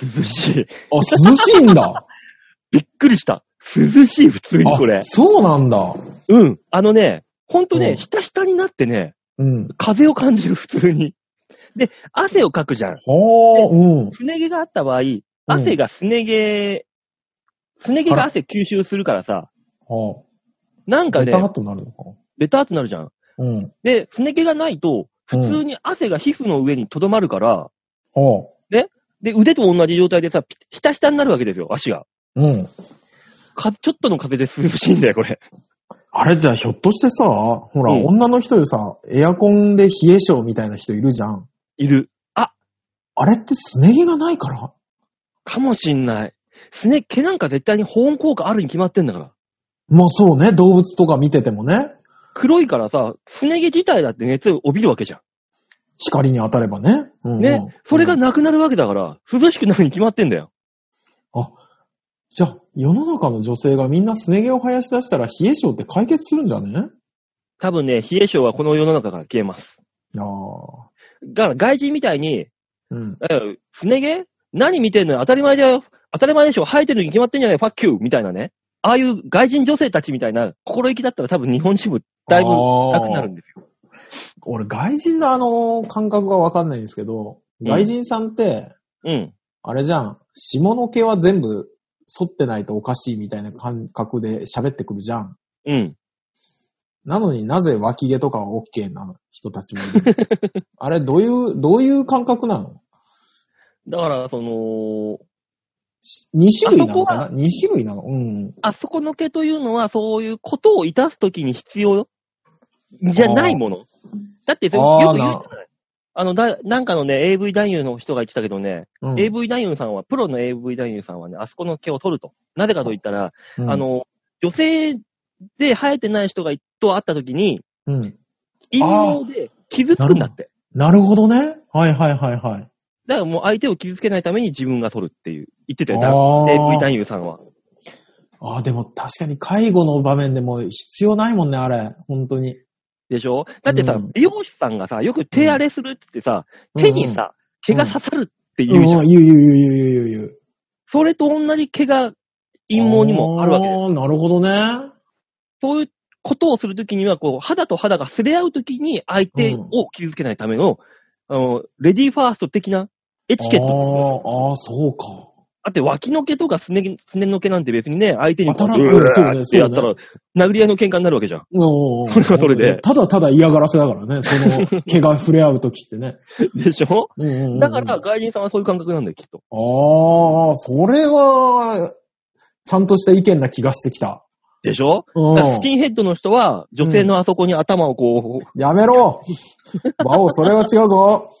涼しい。 あ、涼しいんだ。 びっくりした。涼しい、普通にこれ。 そうなんだ。 うん。あのね、ほんとね、ひたひたになってね、うん、風を感じる、普通に。で、汗をかくじゃん。 ほー、うん。 すね毛があった場合、汗がすね毛、すね毛が汗吸収するからさ、はあ、なんかね、 ベターっとなるのか。 ベターっとなるじゃん。うん。で、すね毛がないと、普通に汗が皮膚の上にとどまるから、うん、ね。で、腕と同じ状態でさ、ひたひたになるわけですよ、足が。うん。か、ちょっとの風で涼しいんだよ、これ。 あれじゃあ、ひょっとしてさ、ほら、うん、女の人でさ、エアコンで冷え性みたいな人いるじゃん。 いる。あ、 あれってすね毛がないからかもしんない。すね毛なんか絶対に保温効果あるに決まってんだから。 まあそうね、動物とか見ててもね。 黒いからさ、すね毛自体だって熱を帯びるわけじゃん。 光に当たればね。 うんうん、ね。それがなくなるわけだから、涼しくなるに決まってんだよ。 あ、じゃあ、世の中の女性がみんなすね毛を生やし出したら冷え性って解決するんじゃね？ 多分ね、冷え性はこの世の中から消えます。 ああ。 だから外人みたいに、うん、え、すね毛何見てんのよ、当たり前だよ。当たり前でしょ、生えてるに決まってんじゃない、ファッキューみたいなね。ああいう外人女性たちみたいな心意気だったら多分日本支部だいぶなくなるんですよ。 俺、外人のあの感覚がわかんないんですけど、外人さんって、うん。あれじゃん、下の毛は全部剃ってないとおかしいみたいな感覚で喋ってくるじゃん。うん。なのになぜ脇毛とかは OK な人たちもいるあれ、どういう、どういう感覚なの？ だから、その、 に種類なのかな？ に 種類なの？うん。 あそこの毛というのは、そういうことをいたすときに必要じゃないもの。だって、よく言うじゃない。あの、だ、なんかのね、エーブイ 男優の人が言ってたけどね、うん、エーブイ 男優さんは、プロの エーブイ 男優さんはね、あそこの毛を取ると。なぜかと言ったら、うん、あの、女性で生えてない人がと会ったときに、うん、陰毛で傷つくんだって。 なるほどね。はいはいはいはい。 だからもう相手を傷つけないために自分が取るっていう、言ってたよ、エーブイ 男優さんは。 ああ、でも確かに介護の場面でも必要ないもんね、あれ。本当に。 でしょ？だってさ、うん、美容師さんがさ、よく手荒れするって言ってさ、うん、手にさ、毛が刺さるって言うじゃん。うん、 言う言う言う言う言う言う。 それと同じ毛が陰毛にもあるわけです。 ああ、なるほどね。 そういうことをするときには、こう、肌と肌が擦れ合うときに相手を傷つけないための、うん、あの、レディーファースト的なエチケット。 ああ、そうか。 だって脇の毛とかすね、すねの毛なんて別にね、相手にこう、 うーってやったら、殴り合いの喧嘩になるわけじゃん。 おーそれはそれで。 ただただ嫌がらせだからね、その毛が触れ合うときってね。 でしょ、うんうんうん、だから外人さんはそういう感覚なんだよ、きっと。 ああ、それは、ちゃんとした意見な気がしてきた。 でしょ、うん、スキンヘッドの人は、女性のあそこに頭をこう。 うん、やめろバオ、それは違うぞ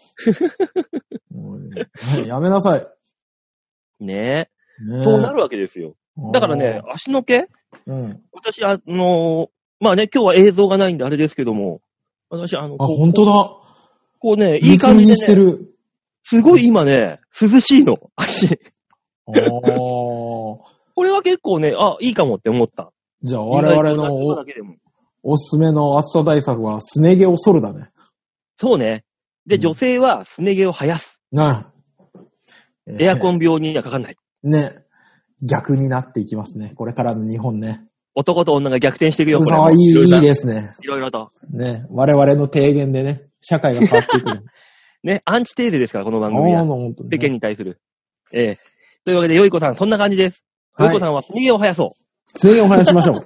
やめなさい。 ねえ。ねえ。そうなるわけですよ。だからね、足の毛、うん、私、あのー、まあね、今日は映像がないんであれですけども、私、あの、 あ、ほんとだ。 こうね、いい感じで、ね、 してる。 すごい今ね、涼しいの、足。これは結構ね、あ、いいかもって思った。 じゃあ、我々の お, おすすめの暑さ対策は、すね毛を剃るだね。 そうね。で、うん、女性はすね毛を生やす。 ああ。 エアコン病にはかかんない。 ね。逆になっていきますね。これからの日本ね。 男と女が逆転していくよ、これ。 そう、いい、いいですね。 いろいろと。 ね。我々の提言でね、社会が変わっていくる。 ね、アンチテーゼですから、この番組は。世間に対する。ええー。というわけで、よいこさん、そんな感じです。はい、よいこさんは、すね毛を生やそう。 すね毛を生やしましょう。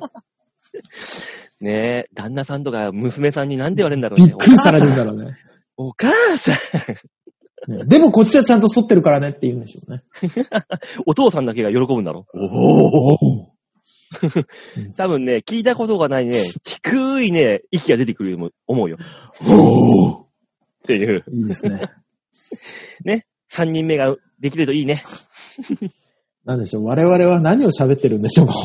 ねえ、旦那さんとか娘さんに何て言われるんだろうね。 びっくりされるんだろうね。 お母さん。 ね、でもこっちはちゃんと剃ってるからねって言うんでしょうね。 お父さんだけが喜ぶんだろ。 おお。 多分ね、聞いたことがないね、低いね、息が出てくると思うよ。 おお。 っていう。 いいですね。 ね、三人目ができるといいね。 なんでしょう、我々は何を喋ってるんでしょうか。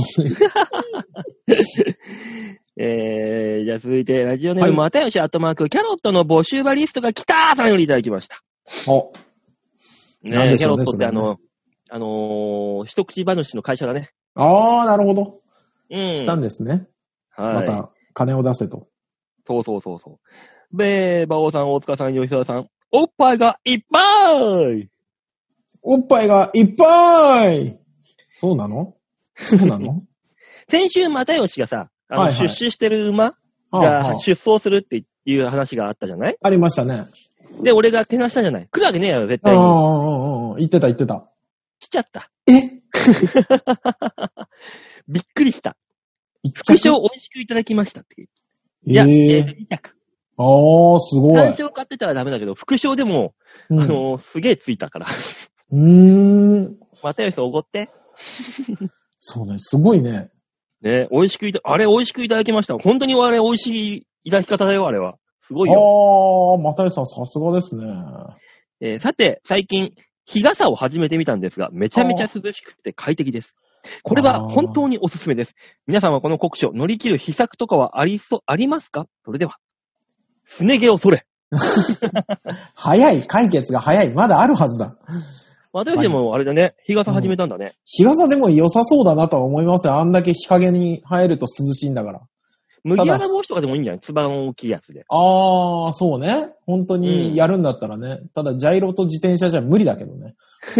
えー、じゃあ続いて、ラジオネーム、またよし、アットマーク、キャロットの募集バリストが来たーさんよりいただきました。 お。 ねえ、キャロットってあの、ね、あのー、一口話の会社だね。 あー、なるほど。 うん。 来たんですね。はい。また、金を出せと。 そうそうそうそう。で、馬王さん、大塚さん、吉沢さん、おっぱいがいっぱいおっぱいがいっぱいそうなのそうなの先週、又吉がさ、あの、はいはい、出資してる馬が出走するっていう話があったじゃない？ ありましたね。 で、俺が手なしたんじゃない？来るわけねえよ、絶対に。 ああ、言ってた言ってた。 来ちゃった。 えびっくりした。副賞美味しくいただきましたって。いや、 えー、 えー、に着。 ああ、すごい。 単勝買ってたらダメだけど、副賞でも、うん、あのー、すげえついたから。 うーん。 又吉さんおごって。 そうね、すごいね。 ね、美味しくいた、あれ美味しくいただきました。本当にあれ美味しいいただき方だよ、あれは。すごいよ。 ああ、又吉さんさすがですね。 えー、さて、最近、日傘を始めてみたんですが、めちゃめちゃ涼しくて快適です。これは本当におすすめです。皆さんはこの酷暑、乗り切る秘策とかはありそう、ありますか？それでは。すね毛をそれ。 早い、解決が早い。まだあるはずだ。 私でもあれだね、日傘始めたんだね、うん。 日傘でも良さそうだなとは思いますよ。あんだけ日陰に入ると涼しいんだから。 麦わら帽子とかでもいいんじゃない？つばの大きいやつで。 あー、そうね。本当にやるんだったらね。うん、ただ、ジャイロと自転車じゃ無理だけどね。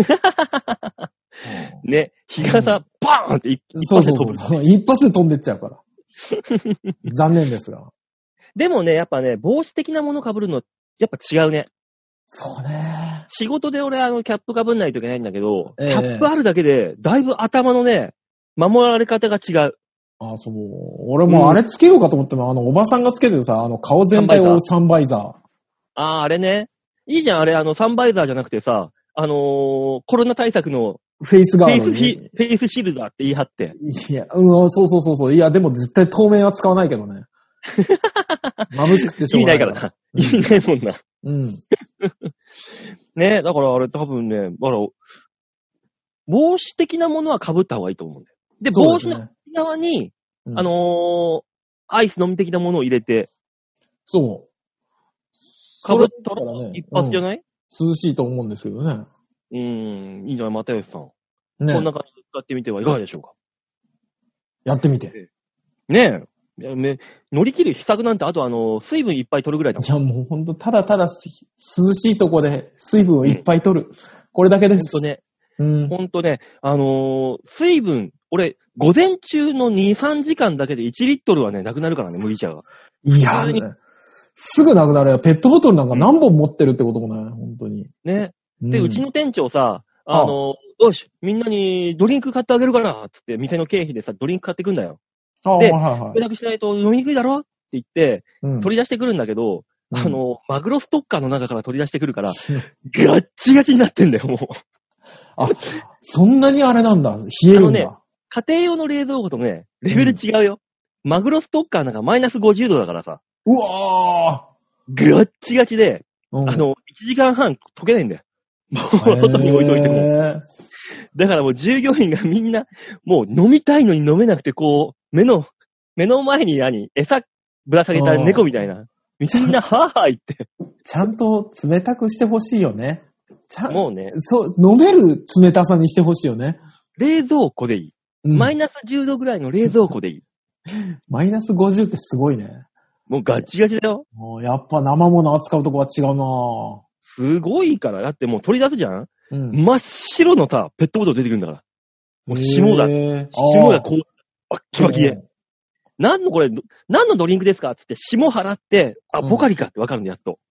ね、日傘、パーンって一発で飛ぶ、ね。そうそうそう。一発で飛んでっちゃうから。残念ですが。 でもね、やっぱね、帽子的なもの被るの、やっぱ違うね。 そうね。 仕事で俺、あの、キャップ被んないといけないんだけど、えー、キャップあるだけで、だいぶ頭のね、守られ方が違う。 あ、そう。俺もあれつけようかと思っても、うん、あの、おばさんがつけてるさ、あの、顔全体をサンバイザー。 ああ、あれね。いいじゃん、あれ、あの、サンバイザーじゃなくてさ、あのー、コロナ対策の、 フェイスガード、ね。 フェイスシ、フェイスシールダーって言い張って。 いや、うん、そうそうそうそう。いや、でも絶対透明は使わないけどね。眩しくてしょうがない。 意味ないからな。意味ないもんな。 うん。 ね、だからあれ多分ね、だから、帽子的なものは被った方がいいと思うんだよ。で、でね、帽子の内側に、うん、あのー、アイス飲み的なものを入れて。 そう。 被ったら一発じゃない、 うん、涼しいと思うんですけどね。 うーん、いいんじゃない、又吉さん。ね、こんな感じで使ってみてはいかがでしょうか。 やってみて。 ねえ。乗り切る秘策なんて、あとあの、水分いっぱい取るぐらいだもん。 いや、もうほんと、ただただ涼しいとこで水分をいっぱい取る。うん、これだけです。 ほんとね。うん。ほんとね。あのー、水分、俺、午前中のに、さんじかんだけでいちリットルはね、なくなるからね、麦茶が。 いやー、ね、すぐなくなるよ。ペットボトルなんか何本持ってるってこともね、ほんとに。 ね。で、うん、うちの店長さ、あのー、よし、みんなにドリンク買ってあげるから、つって、店の経費でさ、ドリンク買ってくんだよ。で、予約しないと飲みにくいだろって言って、うん、取り出してくるんだけど、うん、あの、マグロストッカーの中から取り出してくるから、ガッチガチになってんだよ、もう。 あ、そんなにあれなんだ。冷えるんだ。あのね、 家庭用の冷蔵庫とね、レベル違うよ。うん、マグロストッカーなんかマイナスごじゅうどだからさ。 うわーガッチガチで、うん、あの、いちじかんはん溶けないんだよ。もう、外に置いといても。だからもう従業員がみんな、もう飲みたいのに飲めなくて、こう、目の、目の前に何餌ぶら下げた猫みたいな。みんな、はぁはぁ言って。 ちゃんと冷たくしてほしいよね。ちゃんもうね。 そう、飲める冷たさにしてほしいよね。 冷蔵庫でいい、うん。マイナスじゅうどぐらいの冷蔵庫でいい。 マイナスごじゅうってすごいね。 もうガチガチだよ。 もうやっぱ生物扱うとこは違うなぁ。 すごいから。だってもう取り出すじゃん、うん、真っ白のさ、ペットボトル出てくるんだから。もう霜だ。霜がこう、バッキバキで。何のこれ、何のドリンクですかつって霜払って、あ、ポカリかってわかるんだ、やっと。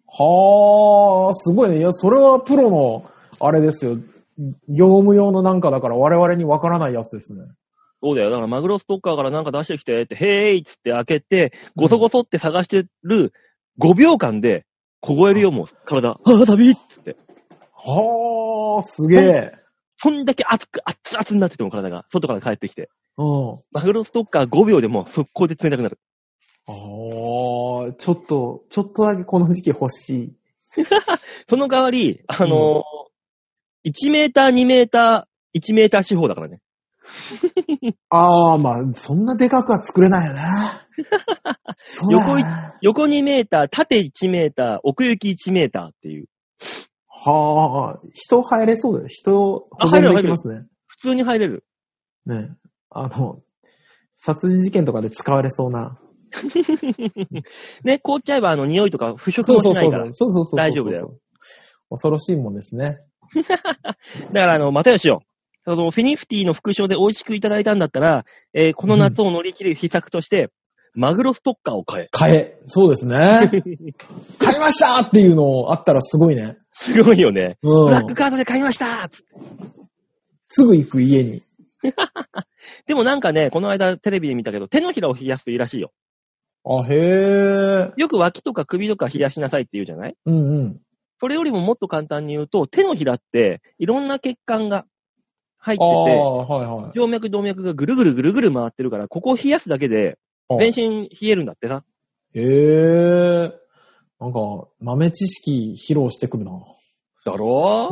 はー、すごいね。いや、それはプロの、あれですよ。業務用のなんかだから我々にわからないやつですね。 そうだよ。だからマグロストッカーからなんか出してきてって、へーいっつって開けて、ゴソゴソって探してるごびょうかんで凍えるよ、もう体。ああ、ダビーっつって。 はー、すげえ。 そんだけ熱く、熱々になってても体が、外から帰ってきて。 うん。 マグロストッカーごびょうでもう速攻で冷たくなる。 あー、ちょっと、ちょっとだけこの時期欲しい。 その代わり、あのーうん、いちメーター、にメーター、いちメーター四方だからね。 あー、まあ、そんなでかくは作れないよね。 横い、横にメーター、縦いちメーター、奥行きいちメーターっていう。 はあ、人入れそうだよ。人保存できますね。 普通に入れる。 ね。あの、殺人事件とかで使われそうな。 ね、凍っちゃえばあの匂いとか腐食もしないから。 そうそうそうそう。 大丈夫だよ。 恐ろしいもんですね。 だからあの、またよしよ。そのフィニフティの副賞で美味しくいただいたんだったら、えー、この夏を乗り切る秘策として、うん、マグロストッカーを買え。 買え。そうですね。買いましたっていうのあったらすごいね。 すごいよね。うん、ブラックカードで買いましたすぐ行く家に。 でもなんかね、この間テレビで見たけど、手のひらを冷やすといいらしいよ。 あ、へー。 よく脇とか首とか冷やしなさいって言うじゃない？ うんうん。 それよりももっと簡単に言うと、手のひらっていろんな血管が入ってて、 はいはい、 静脈動脈がぐるぐるぐるぐる回ってるから、ここを冷やすだけで、全身冷えるんだってさ。 へー。なんか、豆知識披露してくるな。 だろ？ うん。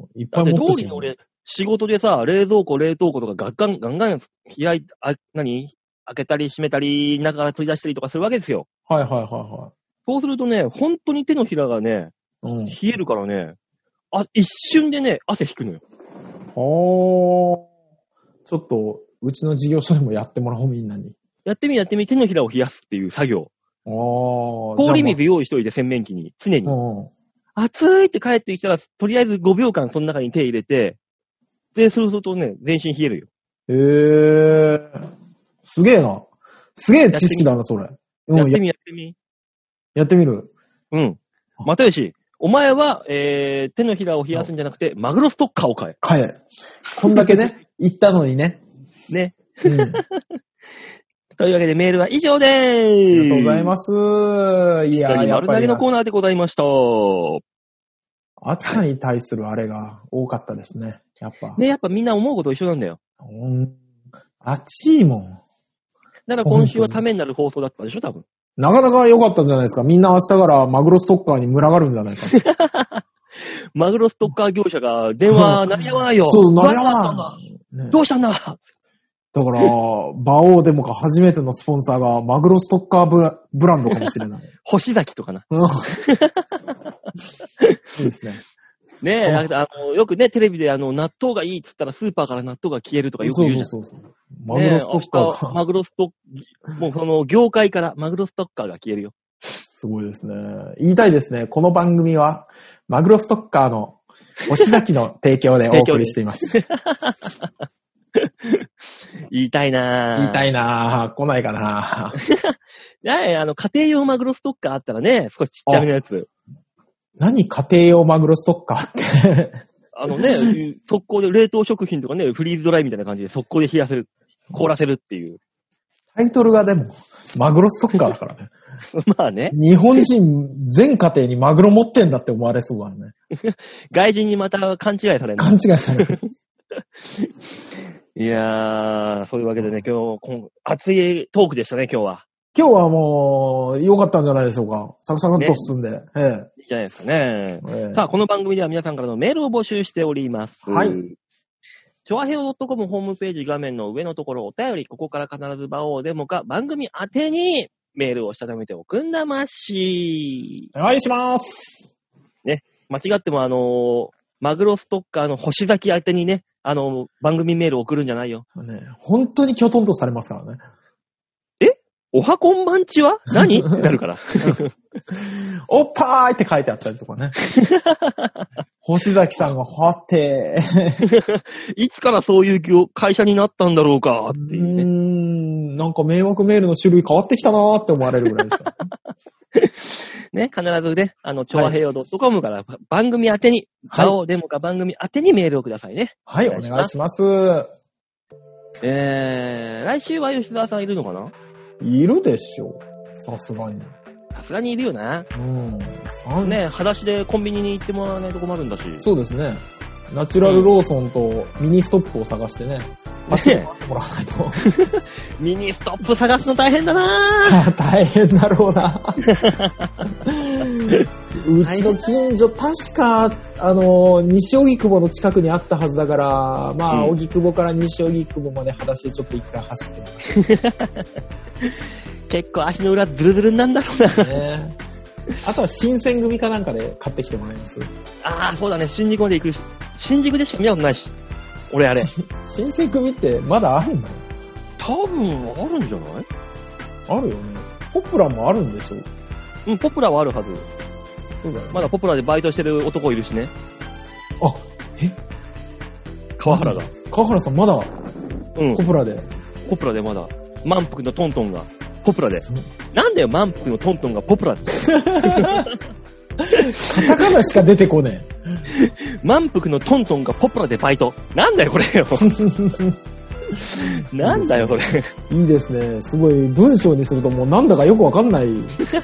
いっぱい持ってる。通りに俺、仕事でさ、冷蔵庫、冷凍庫とかガンガン、ガンガン開い、あ、何？開けたり閉めたり、中から取り出したりとかするわけですよ。 はいはいはいはい。 そうするとね、本当に手のひらがね、うん、冷えるからね、あ、一瞬でね、汗引くのよ。 はー。ちょっと、うちの事業所でもやってもらおう、みんなに。 やってみ、やってみ、手のひらを冷やすっていう作業。 あー。 氷水用意しといて、洗面器に、常に。うん、暑いって帰ってきたら、とりあえずごびょうかんその中に手入れて、で、そうするとね、全身冷えるよ。 へー。すげえな。すげえ知識だな、それ。 やってみ、やってみ。 やってみる。 うん。またよし、お前は、えー、手のひらを冷やすんじゃなくて、マグロストッカーを買え。 買え。こんだけね、言ったのにね。 ね。うん、というわけでメールは以上でーす。ありがとうございます。いやー、 丸投げのコーナーでございました。 暑さに対するあれが多かったですね。やっぱ。 ね、やっぱみんな思うこと一緒なんだよ。 うん。暑いもん。 だから今週はためになる放送だったでしょ、多分。 なかなか良かったんじゃないですか。みんな明日からマグロストッカーに群がるんじゃないか。 マグロストッカー業者が電話鳴り合わないよ。 そう、鳴り合わない。 ね、どうしたんだだから、馬王デモか初めてのスポンサーがマグロストッカーブ ラ, ブランドかもしれない。 星崎とかな。 そうですね。 ねえ、あの、よくね、テレビであの、納豆がいいっつったらスーパーから納豆が消えるとかよく言うじゃん。 そうそうそうそう。マグロストッカー、 ね、マグロストッ、もうその業界からマグロストッカーが消えるよ。 すごいですね。言いたいですね。この番組は、マグロストッカーの星崎の提供でお送りしています。 言いたいなぁ。 言いたいなぁ。来ないかなぁ。 ねあの、家庭用マグロストッカーあったらね、少しちっちゃめのやつ。 何家庭用マグロストッカーってあのね、速攻で冷凍食品とかね、フリーズドライみたいな感じで速攻で冷やせる、凍らせるっていう。 タイトルがでも、マグロストッカーだからね。 まあね。 日本人全家庭にマグロ持ってんだって思われそうだね。 外人にまた勘違いされる。 勘違いされる。 いやー、そういうわけでね、今日、熱いトークでしたね、今日は。 今日はもう、良かったんじゃないでしょうか。サクサクっと進んで。ね、ええ。 いいじゃないですかね。ええ、さあ、この番組では皆さんからのメールを募集しております。 はい。 チョアヘオ .com ホームページ画面の上のところお便り、ここから必ず場をデモか番組宛てにメールをしたためておくんなまし。 お願いします。 ね、間違ってもあのー、マグロストッカーの星崎宛てにね、あのー、番組メール送るんじゃないよ。 ね、本当にキョトンとされますからね。 えおはこんばんちは何ってなるから。 おっぱーいって書いてあったりとかね。星崎さんがはってー。いつからそういう業会社になったんだろうかっていうね。 うーん、なんか迷惑メールの種類変わってきたなーって思われるぐらいですよ。 ね、必ずね、あの、ちょわへよ .com から番組宛てに、 はいガオデモか番組宛てにメールをくださいね。 はい、お願いします。 えー、来週は吉沢さんいるのかな？ いるでしょ。さすがに。 さすがにいるよな。 うん。三ね、裸足でコンビニに行ってもらわないと困るんだし。 そうですね。ナチュラルローソンとミニストップを探してね。走ってもらわないと。 ミニストップ探すの大変だなぁ。 大変だろうな。うちの近所、確か、あの、西荻窪の近くにあったはずだから、まあ、 うん荻窪から西荻窪まで裸足でちょっと一回走ってもら結構足の裏ズルズルになんだろうな。 うね。あとは新選組かなんかで買ってきてもらいます。 ああ、そうだね。新宿まで行くし。新宿でしか見たことないし。俺あれ。 新選組ってまだあるんだよ。 多分あるんじゃない？ あるよね。ポプラもあるんでしょ？ うん、ポプラはあるはず。 そうだよね。 まだポプラでバイトしてる男いるしね。 あ、え川原が。 川原さんまだ、 うんポ。プラで。 ポプラでまだ。満腹のトントンが。ポプラで。なんだよ、満腹のトントンがポプラって。 カタカナしか出てこね満腹のトントンがポプラでバイト。なんだよ、これよ。なんだよ、これ。 え。いいですね。すごい、文章にするともうなんだかよくわかんない。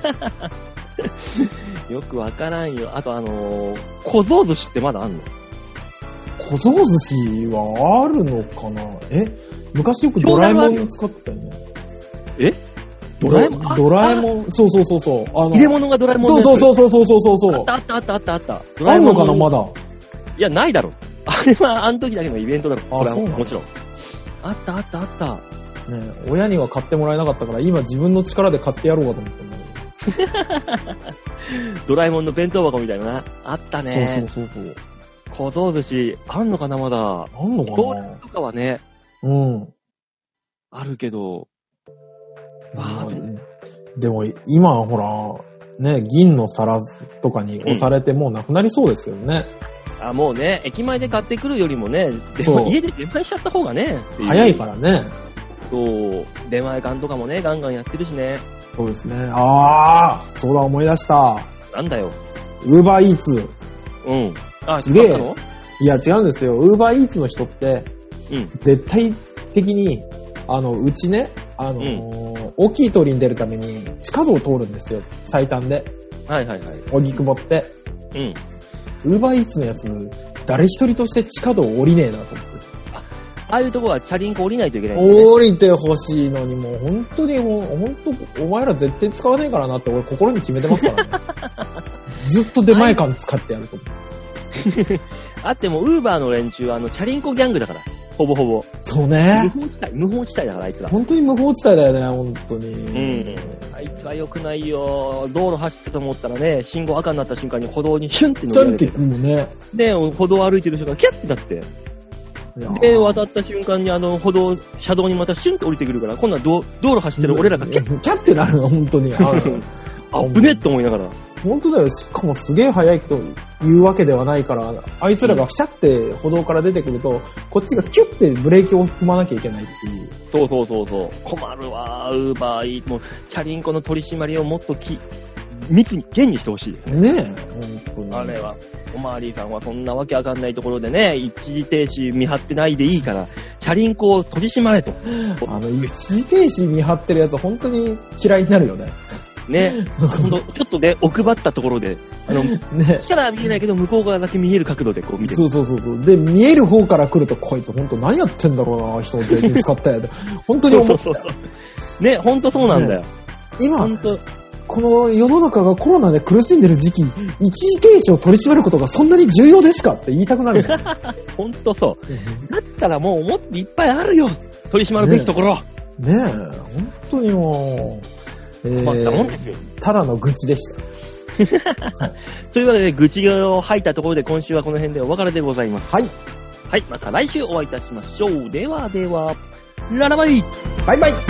よくわからんよ。あとあのー、小僧寿司ってまだあんの？ 小僧寿司はあるのかな？え昔よくドラえもん使ってたよね。 えドラえもんドラえもん、そうそうそうそう。あの入れ物がドラえもんのやつ。 そうそうそうそうそうそうそう。 あったあったあったあったあった。ドあんラえもんのかなまだ。 いや、ないだろ。あれはあの時だけのイベントだろ。 あ、そうなのもちろん。あったあったあった。 ねえ、親には買ってもらえなかったから今自分の力で買ってやろうかと思ったんだけど。 ドラえもんの弁当箱みたいなな。あったね。 そうそうそうそう。 小僧寿司、あんのかなまだ。 あんのか東な京とかはね、 うん。 あるけど。まあ、 でも今はほら、ね、銀の皿とかに押されてもうなくなりそうですよね。 あ、もうね、駅前で買ってくるよりもね、でそうも家で出前しちゃった方がね。 早いからね。 そう、出前館とかもね、ガンガンやってるしね。 そうですね。あー、そうだ思い出した。 なんだよ。 ウーバーイーツ。 うん。あ、 すげえ使ったの？ いや違うんですよ。ウーバーイーツの人って、 うん。 絶対的に、あの、うちね、あのーうん、大きい通りに出るために地下道を通るんですよ。最短で。 はいはいはい。 荻窪って。 うん。 ウーバーイーツのやつ、誰一人として地下道を降りねえなと思ってさ。 ああいうとこはチャリンコ降りないといけないんだね。 降りてほしいのに、もう本当にもう、本当、お前ら絶対使わねえからなって俺心に決めてますからね。ずっと出前館使ってやると思う。 あっても、ウーバーの連中はあの、チャリンコギャングだから。ほぼほぼ。 そうね。 無法地帯、無法地帯だからあいつら。 本当に無法地帯だよね、本当に。 うん。あいつは良くないよ。道路走ってと思ったらね、信号赤になった瞬間に歩道にシュンって乗り上げて。 シュンってもね。 で、歩道歩いてる人がキャッてなって。で、渡った瞬間にあの、歩道、車道にまたシュンって降りてくるから、今度は道道路走ってる俺らがキャッキャッてなるの、本当に。 あぶねっと思いながら。 本当だよ。しかもすげえ速いというわけではないから、あいつらがフシャって歩道から出てくると、こっちがキュッてブレーキを踏まなきゃいけないっていう。 そうそうそうそう。困るわ、ウーバーイーツも、チャリンコの取り締まりをもっとき、密に、厳にしてほしいですね。 ねえ、本当に。 あれは、おまわりさんはそんなわけわかんないところでね、一時停止見張ってないでいいから、チャリンコを取り締まれと。 あの、一時停止見張ってるやつ本当に嫌いになるよね。 ね、ほんとちょっとね、奥ばったところで、あの、 ね、 木から見えないけど、向こう側だけ見える角度でこう見てる。 そうそうそうそう。で、見える方から来ると、こいつ本当何やってんだろうな、人の税金使ったやで。本当に思った。そうそうそうね、ほんとそうなんだよ。ね、 今、 ほんとこの世の中がコロナで苦しんでる時期、一時停止を取り締まることがそんなに重要ですかって言いたくなる、ね。 ほんとそう。だったらもうもっといっぱいあるよ。取り締まるべきところ。 ねえ、ねえ本当にもう、えー、 困ったもんですよ。 ただの愚痴でした。 というわけで、愚痴を吐いたところで今週はこの辺でお別れでございます。 はい。 はい、また来週お会いいたしましょう。ではでは、ララバイバイバイ